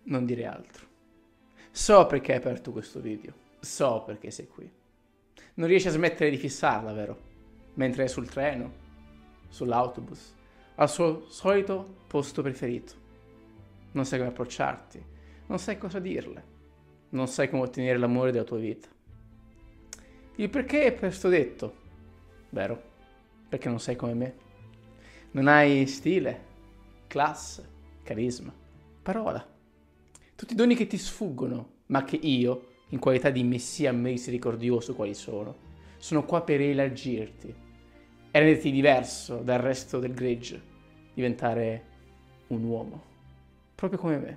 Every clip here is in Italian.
Non dire altro. So perché hai aperto questo video. So perché sei qui. Non riesci a smettere di fissarla, vero? Mentre è sul treno, sull'autobus, al suo solito posto preferito. Non sai come approcciarti, non sai cosa dirle, non sai come ottenere l'amore della tua vita. Il perché è presto detto, vero? Perché non sei come me. Non hai stile, classe, carisma, parola. Tutti doni che ti sfuggono, ma che io, in qualità di messia misericordioso quali sono qua per elargirti e renderti diverso dal resto del gregge, diventare un uomo, proprio come me.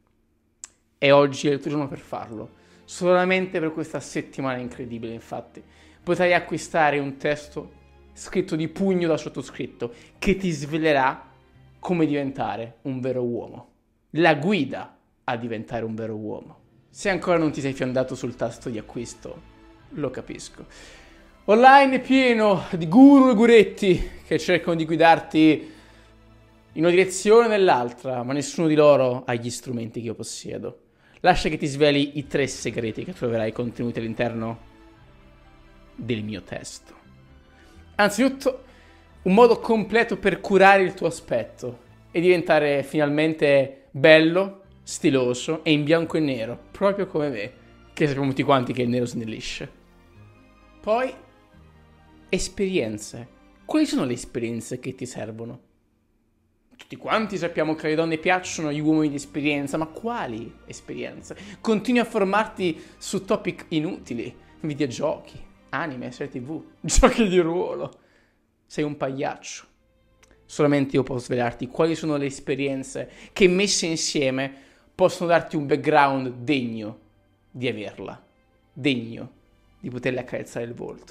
E oggi è il tuo giorno per farlo, solamente per questa settimana incredibile, infatti. Potrai acquistare un testo scritto di pugno da sottoscritto che ti svelerà come diventare un vero uomo. La guida a diventare un vero uomo. Se ancora non ti sei fiondato sul tasto di acquisto, lo capisco. Online è pieno di guru e guretti che cercano di guidarti in una direzione o nell'altra, ma nessuno di loro ha gli strumenti che io possiedo. Lascia che ti sveli i 3 segreti che troverai contenuti all'interno del mio testo. Anzitutto, un modo completo per curare il tuo aspetto e diventare finalmente bello, stiloso e in bianco e nero, proprio come me, che sappiamo tutti quanti che il nero snellisce. Poi, esperienze. Quali sono le esperienze che ti servono? Tutti quanti sappiamo che alle donne piacciono gli uomini di esperienza, ma quali esperienze? Continui a formarti su topic inutili, videogiochi, anime, serie TV, giochi di ruolo. Sei un pagliaccio. Solamente io posso svelarti quali sono le esperienze che messe insieme possono darti un background degno di averla, degno di poterle accarezzare il volto.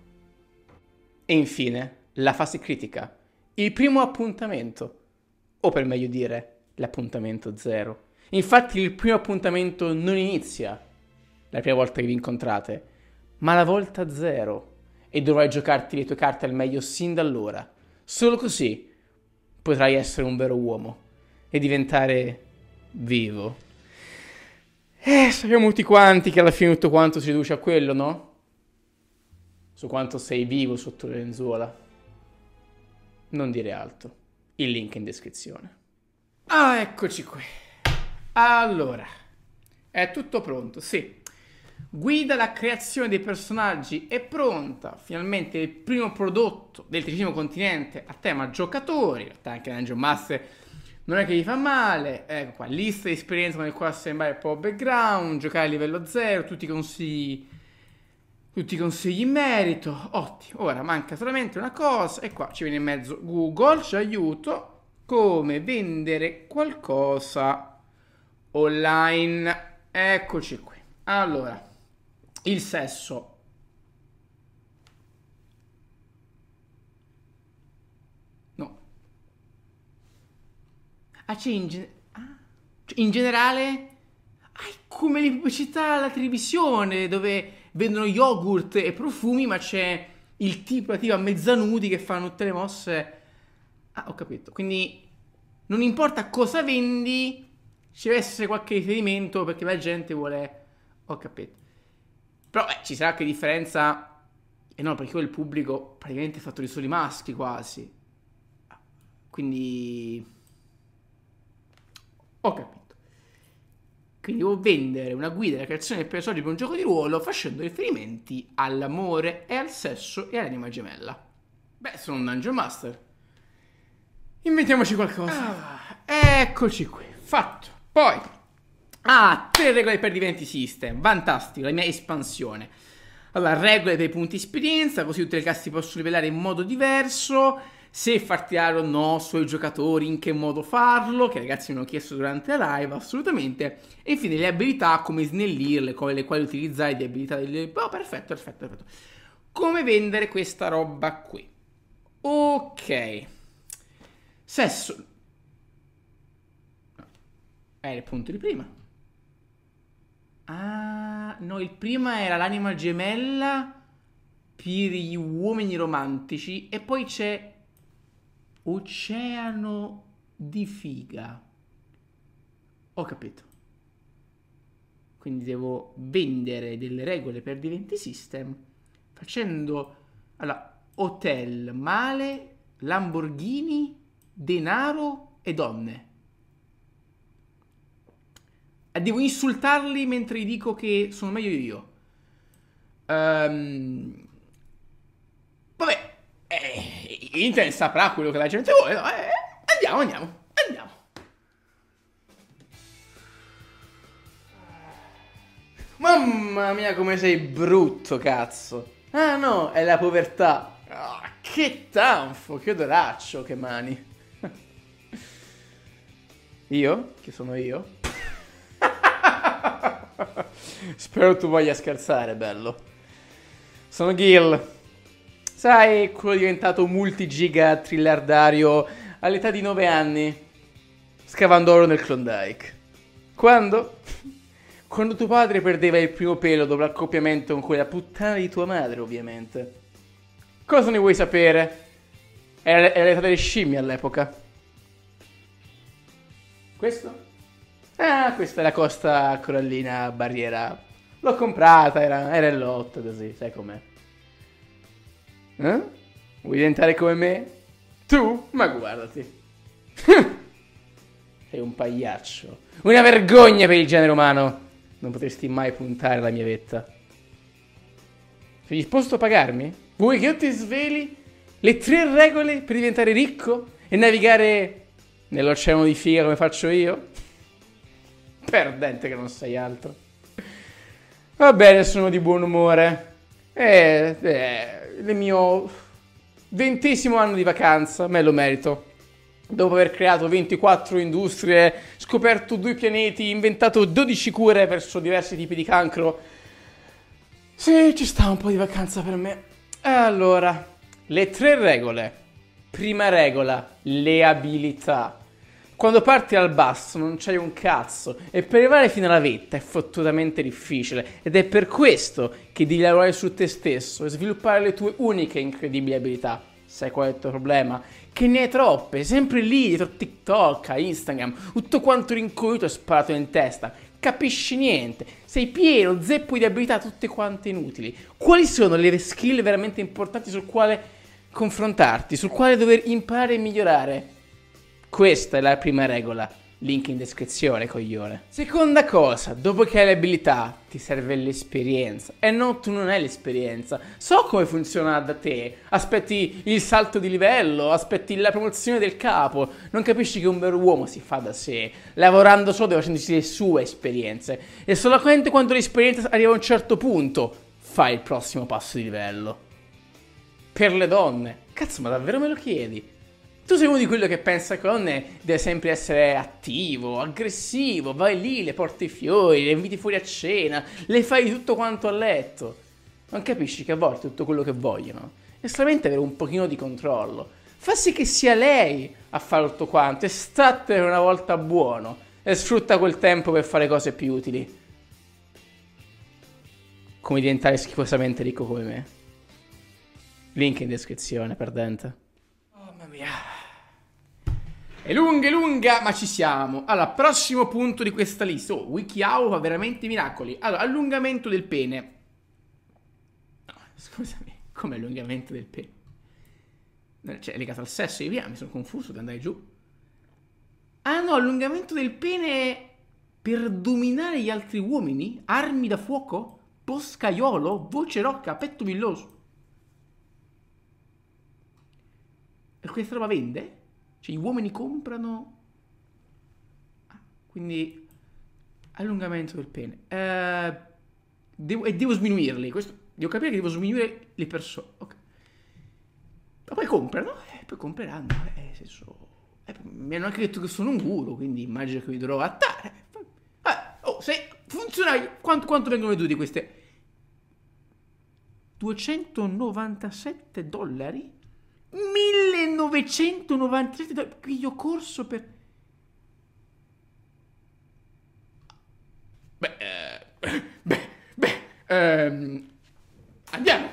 E infine, la fase critica, il primo appuntamento, o per meglio dire, l'appuntamento zero. Infatti il primo appuntamento non inizia la prima volta che vi incontrate, ma la volta zero, e dovrai giocarti le tue carte al meglio sin da allora. Solo così potrai essere un vero uomo e diventare vivo. Sappiamo tutti quanti che alla fine tutto quanto si riduce a quello, no? Su quanto sei vivo sotto le lenzuola. Non dire altro. Il link in descrizione. Ah, eccoci qui. Allora, è tutto pronto, sì. Guida alla creazione dei personaggi è pronta. Finalmente il primo prodotto del 30° continente a tema giocatori. In realtà anche Dungeon Master non è che gli fa male. Ecco qua, lista di esperienza con il quale assemblare un po' background, giocare a livello 0, tutti i consigli in merito. Ottimo. Ora manca solamente una cosa e qua ci viene in mezzo Google, ci aiuto. Come vendere qualcosa online. Eccoci qui. Allora, il sesso. No. In generale, come le pubblicità alla televisione dove vendono yogurt e profumi, ma c'è il tipo a mezzanudi che fanno tutte le mosse. Ah, ho capito. Quindi non importa cosa vendi, ci deve essere qualche riferimento perché la gente vuole. Ho capito. Però ci sarà che differenza. E no, perché io il pubblico praticamente è fatto di soli maschi quasi. Quindi ho capito. Quindi devo vendere una guida alla creazione del personaggio per un gioco di ruolo facendo riferimenti all'amore e al sesso e all'anima gemella. Beh, sono un Dungeon Master. Inventiamoci qualcosa. Eccoci qui, fatto. Poi 3 regole per diventi system. Fantastico, la mia espansione. Allora, regole per i punti esperienza, così tutte le classi possono livelare in modo diverso. Se far tirare o no sui giocatori, in che modo farlo, che ragazzi mi hanno chiesto durante la live, assolutamente. E infine le abilità, come snellirle, come le quali utilizzare le abilità delle. Oh, perfetto. Come vendere questa roba qui? Ok. Sesso. È il punto di prima. Ah, no, il prima era l'anima gemella per gli uomini romantici e poi c'è Oceano di figa. Ho capito. Quindi devo vendere delle regole per diventi system facendo allora, hotel, male, Lamborghini, denaro e donne. E devo insultarli mentre gli dico che sono meglio io. Vabbè, internet saprà quello che la gente vuole. No? Andiamo. Mamma mia, come sei brutto, cazzo. Ah no, è la povertà. Ah, che tanfo, che odoraccio, che mani. Io? Che sono io? Spero tu voglia scherzare, bello. Sono Gil. Sai, quello diventato multigiga trilliardario all'età di 9 anni, scavando oro nel Klondike. Quando? Quando tuo padre perdeva il primo pelo dopo l'accoppiamento con quella puttana di tua madre, ovviamente. Cosa ne vuoi sapere? Era l'età delle scimmie all'epoca. Questo? Ah, questa è la costa corallina barriera. L'ho comprata, era il lotto così, sai com'è. Eh? Vuoi diventare come me? Tu? Ma guardati. Sei un pagliaccio. Una vergogna per il genere umano. Non potresti mai puntare la mia vetta. Sei disposto a pagarmi? Vuoi che io ti sveli le 3 regole per diventare ricco e navigare nell'oceano di figa come faccio io? Perdente che non sei altro. Va bene, sono di buon umore. Il mio 20° anno di vacanza, me lo merito. Dopo aver creato 24 industrie, scoperto 2 pianeti, inventato 12 cure verso diversi tipi di cancro. Sì, ci sta un po' di vacanza per me. Allora, le 3 regole. Prima regola, le abilità. Quando parti dal basso non c'hai un cazzo e per arrivare fino alla vetta è fottutamente difficile ed è per questo che devi lavorare su te stesso e sviluppare le tue uniche incredibili abilità. Sai qual è il tuo problema? Che ne hai troppe, sempre lì dietro TikTok, Instagram, tutto quanto rincoglionito e sparato in testa. Capisci niente, sei pieno, zeppo di abilità tutte quante inutili. Quali sono le skill veramente importanti sul quale confrontarti, sul quale dover imparare e migliorare? Questa è la prima regola. Link in descrizione, coglione. Seconda cosa, dopo che hai le abilità, ti serve l'esperienza. E no, tu non hai l'esperienza. So come funziona da te. Aspetti il salto di livello, aspetti la promozione del capo. Non capisci che un vero uomo si fa da sé, lavorando solo e facendosi le sue esperienze. E solamente quando l'esperienza arriva a un certo punto, fai il prossimo passo di livello. Per le donne. Cazzo, ma davvero me lo chiedi? Tu sei uno di quelli che pensa che donne deve sempre essere attivo, aggressivo, vai lì, le porti i fiori, le inviti fuori a cena, le fai tutto quanto a letto. Non capisci che a volte tutto quello che vogliono è solamente avere un pochino di controllo. Fa sì che sia lei a fare tutto quanto e statene una volta buono e sfrutta quel tempo per fare cose più utili. Come diventare schifosamente ricco come me. Link in descrizione, perdente. Mamma mia. È lunga, ma ci siamo. Allora, prossimo punto di questa lista. Oh, WikiHow fa veramente miracoli. Allora, allungamento del pene. No, scusami, come allungamento del pene? Cioè, è legato al sesso e via, mi sono confuso, devo andare giù. Ah no, allungamento del pene per dominare gli altri uomini? Armi da fuoco? Boscaiolo? Voce rocca? Petto villoso? E questa roba vende? Cioè, gli uomini comprano. Quindi allungamento del pene. Devo sminuirli. Questo, devo capire che devo sminuire le persone. Ok. Ma poi comprano. Poi compreranno. Nel senso. Mi hanno anche detto che sono un guru. Quindi immagino che mi dovrò adattare. Se funziona. Quanto vengono venduti queste? $297? 1997 dollari. Qui io corso per. Andiamo.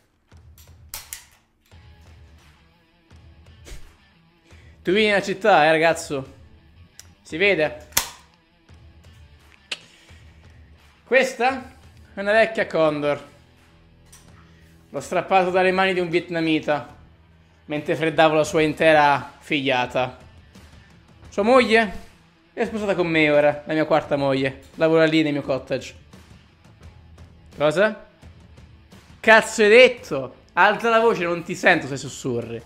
Tu vieni nella città, ragazzo. Si vede. Questa è una vecchia Condor. L'ho strappato dalle mani di un vietnamita mentre freddavo la sua intera figliata. Sua moglie è sposata con me ora, la mia quarta moglie. Lavora lì nel mio cottage. Cosa? Cazzo hai detto? Alza la voce, non ti sento se sussurri.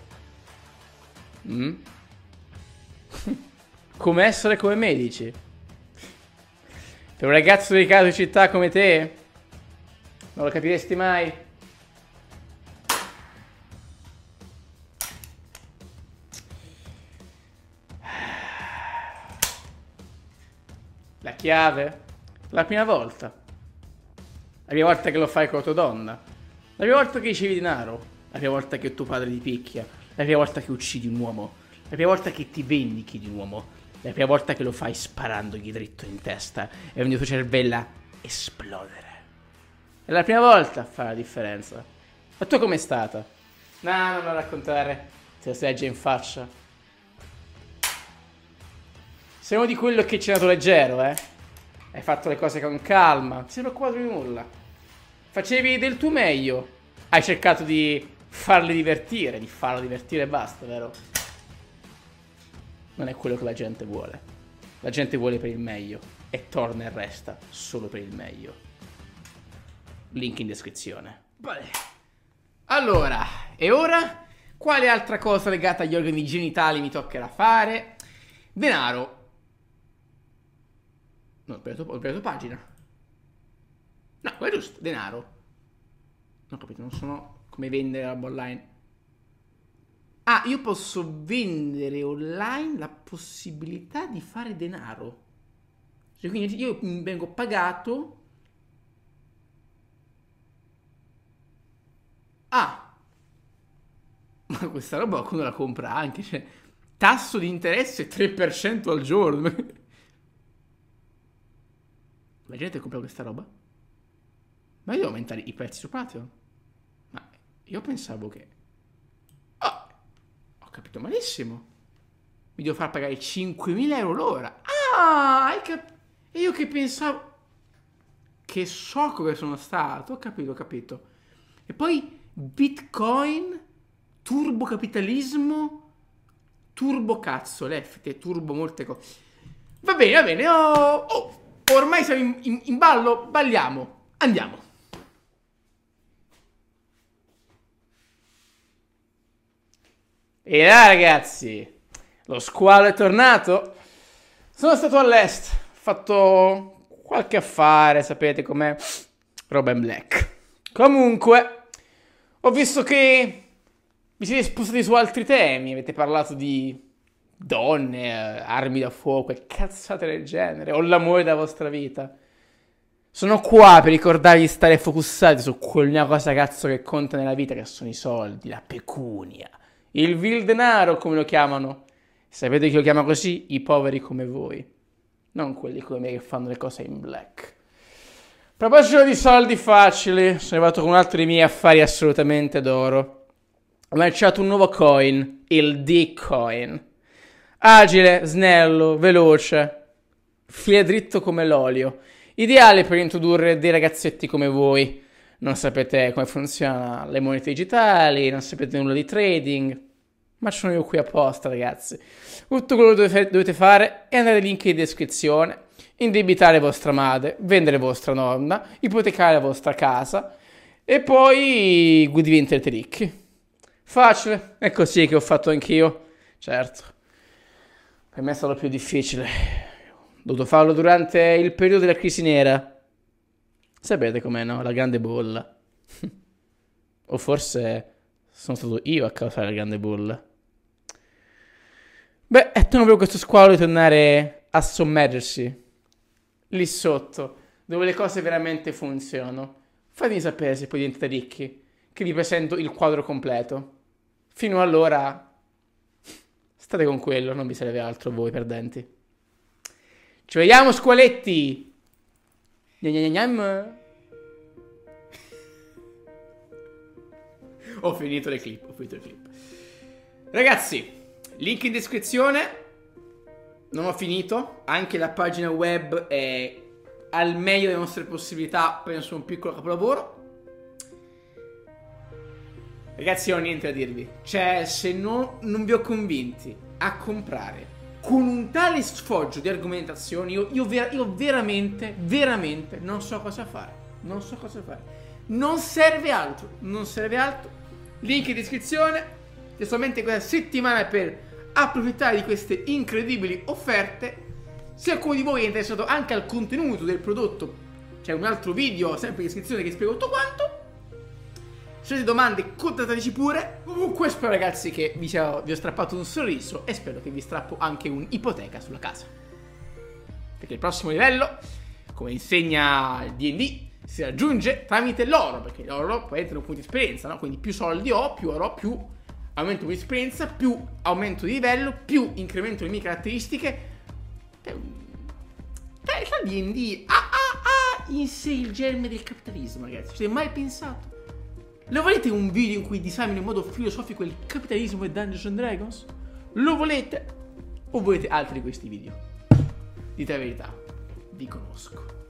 Come essere come me, dici? Per un ragazzo delicato di città come te? Non lo capiresti mai? La chiave? La prima volta. La prima volta che lo fai con la tua donna. La prima volta che ricevi denaro. La prima volta che tuo padre ti picchia. La prima volta che uccidi un uomo. La prima volta che ti vendichi di un uomo. La prima volta che lo fai sparandogli dritto in testa e vedendo tua cervella esplodere. È la prima volta fa la differenza. Ma tu com'è stata? No, non lo raccontare. Se lo legge in faccia. Sei uno di quello che ci è andato leggero, eh? Hai fatto le cose con calma. Ti sei preoccupato di nulla. Facevi del tuo meglio. Hai cercato di farli divertire. Di farlo divertire e basta, vero? Non è quello che la gente vuole. La gente vuole per il meglio. E torna e resta solo per il meglio. Link in descrizione. Vale. Allora, e ora? Quale altra cosa legata agli organi genitali mi toccherà fare? Denaro. No, ho sbagliato pagina. No, è giusto, denaro. Non ho capito, non sono come vendere roba online. Ah, io posso vendere online la possibilità di fare denaro. Cioè, quindi io vengo pagato. Ah, ma questa roba qualcuno la compra anche. Cioè, tasso di interesse 3% al giorno. Immaginate compra questa roba. Ma io devo aumentare i prezzi su Patreon. Ma io pensavo che... Oh, ho capito malissimo. Mi devo far pagare 5.000 euro l'ora. Ah, hai capito? E io che pensavo... Che sciocco che sono stato. Ho capito, ho capito. E poi Bitcoin, turbocapitalismo, turbocazzo, l'FT, turbo molte cose. Va bene, va bene. Ormai siamo in ballo, balliamo. Andiamo. E là ragazzi, lo squalo è tornato. Sono stato all'est, ho fatto qualche affare, sapete com'è, roba in black. Comunque, ho visto che vi siete spostati su altri temi, avete parlato di donne, armi da fuoco e cazzate del genere, o l'amore della vostra vita. Sono qua per ricordarvi di stare focussati su quella cosa cazzo che conta nella vita, che sono i soldi, la pecunia. Il vil denaro, come lo chiamano. Sapete chi lo chiama così? I poveri come voi. Non quelli come me che fanno le cose in black. A proposito di soldi facili, sono arrivato con un altro dei miei affari assolutamente d'oro. Ho lanciato un nuovo coin, il D-Coin. Agile, snello, veloce, file dritto come l'olio. Ideale per introdurre dei ragazzetti come voi. Non sapete come funzionano le monete digitali, non sapete nulla di trading, ma sono io qui apposta, ragazzi. Tutto quello che dovete fare è andare al link in descrizione, indebitare vostra madre, vendere vostra nonna, ipotecare la vostra casa e poi diventerete ricchi. Facile, è così che ho fatto anch'io. Certo, per me è stato più difficile. Ho dovuto farlo durante il periodo della crisi nera. Sapete com'è, no? La grande bolla. O forse sono stato io a causare la grande bolla. Beh, è tempo per questo squalo di tornare a sommergersi lì sotto, dove le cose veramente funzionano. Fatemi sapere se poi diventate ricchi, che vi presento il quadro completo. Fino allora, state con quello, non vi serve altro voi perdenti. Ci vediamo, squaletti! Ho finito le clip. Ragazzi, link in descrizione. Non ho finito. Anche la pagina web è al meglio delle nostre possibilità, penso un piccolo capolavoro. Ragazzi, io ho niente da dirvi. Cioè, se non vi ho convinti a comprare con un tale sfoggio di argomentazioni, io veramente non so cosa fare. Non so cosa fare. Non serve altro. Link in descrizione. C'è solamente questa settimana per approfittare di queste incredibili offerte. Se qualcuno di voi è interessato anche al contenuto del prodotto, c'è un altro video sempre in descrizione che spiego tutto quanto. Se avete domande, contattateci pure. Comunque spero, ragazzi, che vi ho strappato un sorriso e spero che vi strappo anche un'ipoteca sulla casa. Perché il prossimo livello, come insegna il D&D, si raggiunge tramite l'oro, perché l'oro poi entra un punto di esperienza, no? Quindi più soldi ho, più oro, più aumento di esperienza, più aumento di livello, più incremento delle mie caratteristiche. Il D&D ha in sé il germe del capitalismo, ragazzi. Ci avete mai pensato? Lo volete un video in cui disamino in modo filosofico il capitalismo e Dungeons and Dragons? Lo volete? O volete altri di questi video? Dite la verità, vi conosco.